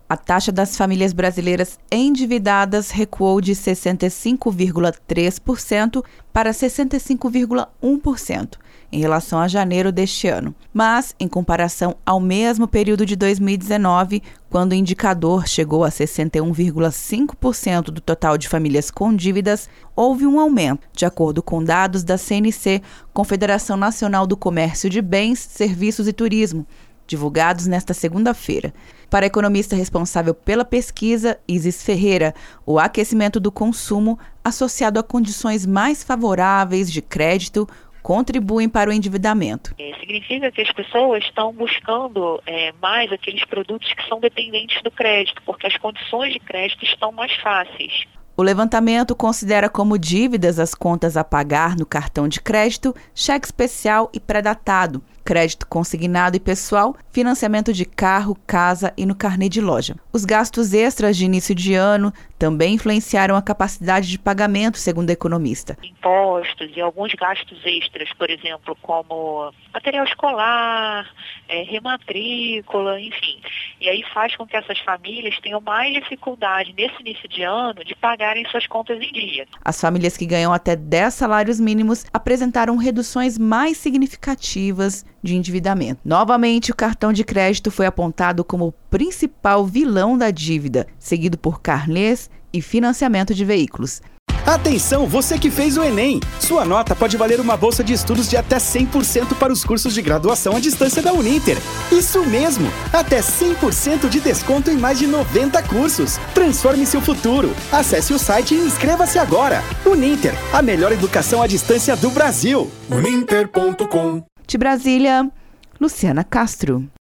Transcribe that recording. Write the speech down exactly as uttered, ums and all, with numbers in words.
A taxa das famílias brasileiras endividadas recuou de sessenta e cinco vírgula três por cento para sessenta e cinco vírgula um por cento em relação a janeiro deste ano. Mas, em comparação ao mesmo período de dois mil e dezenove, quando o indicador chegou a sessenta e um vírgula cinco por cento do total de famílias com dívidas, houve um aumento, de acordo com dados da C N C, Confederação Nacional do Comércio de Bens, Serviços e Turismo, divulgados nesta segunda-feira. Para a economista responsável pela pesquisa, Isis Ferreira, o aquecimento do consumo, associado a condições mais favoráveis de crédito, contribuem para o endividamento. É, significa que as pessoas estão buscando é, mais aqueles produtos que são dependentes do crédito, porque as condições de crédito estão mais fáceis. O levantamento considera como dívidas as contas a pagar no cartão de crédito, cheque especial e pré-datado, crédito consignado e pessoal, financiamento de carro, casa e no carnê de loja. Os gastos extras de início de ano também influenciaram a capacidade de pagamento, segundo a economista. Impostos e alguns gastos extras, por exemplo, como material escolar, é, rematrícula, enfim. E aí faz com que essas famílias tenham mais dificuldade nesse início de ano de pagarem suas contas em dia. As famílias que ganham até dez salários mínimos apresentaram reduções mais significativas de endividamento. Novamente, o cartão de crédito foi apontado como o principal vilão da dívida, seguido por carnês e financiamento de veículos. Atenção, você que fez o Enem! Sua nota pode valer uma bolsa de estudos de até cem por cento para os cursos de graduação à distância da Uninter. Isso mesmo! Até cem por cento de desconto em mais de noventa cursos. Transforme seu futuro. Acesse o site e inscreva-se agora. Uninter, a melhor educação à distância do Brasil. uninter ponto com. De Brasília, Luciana Castro.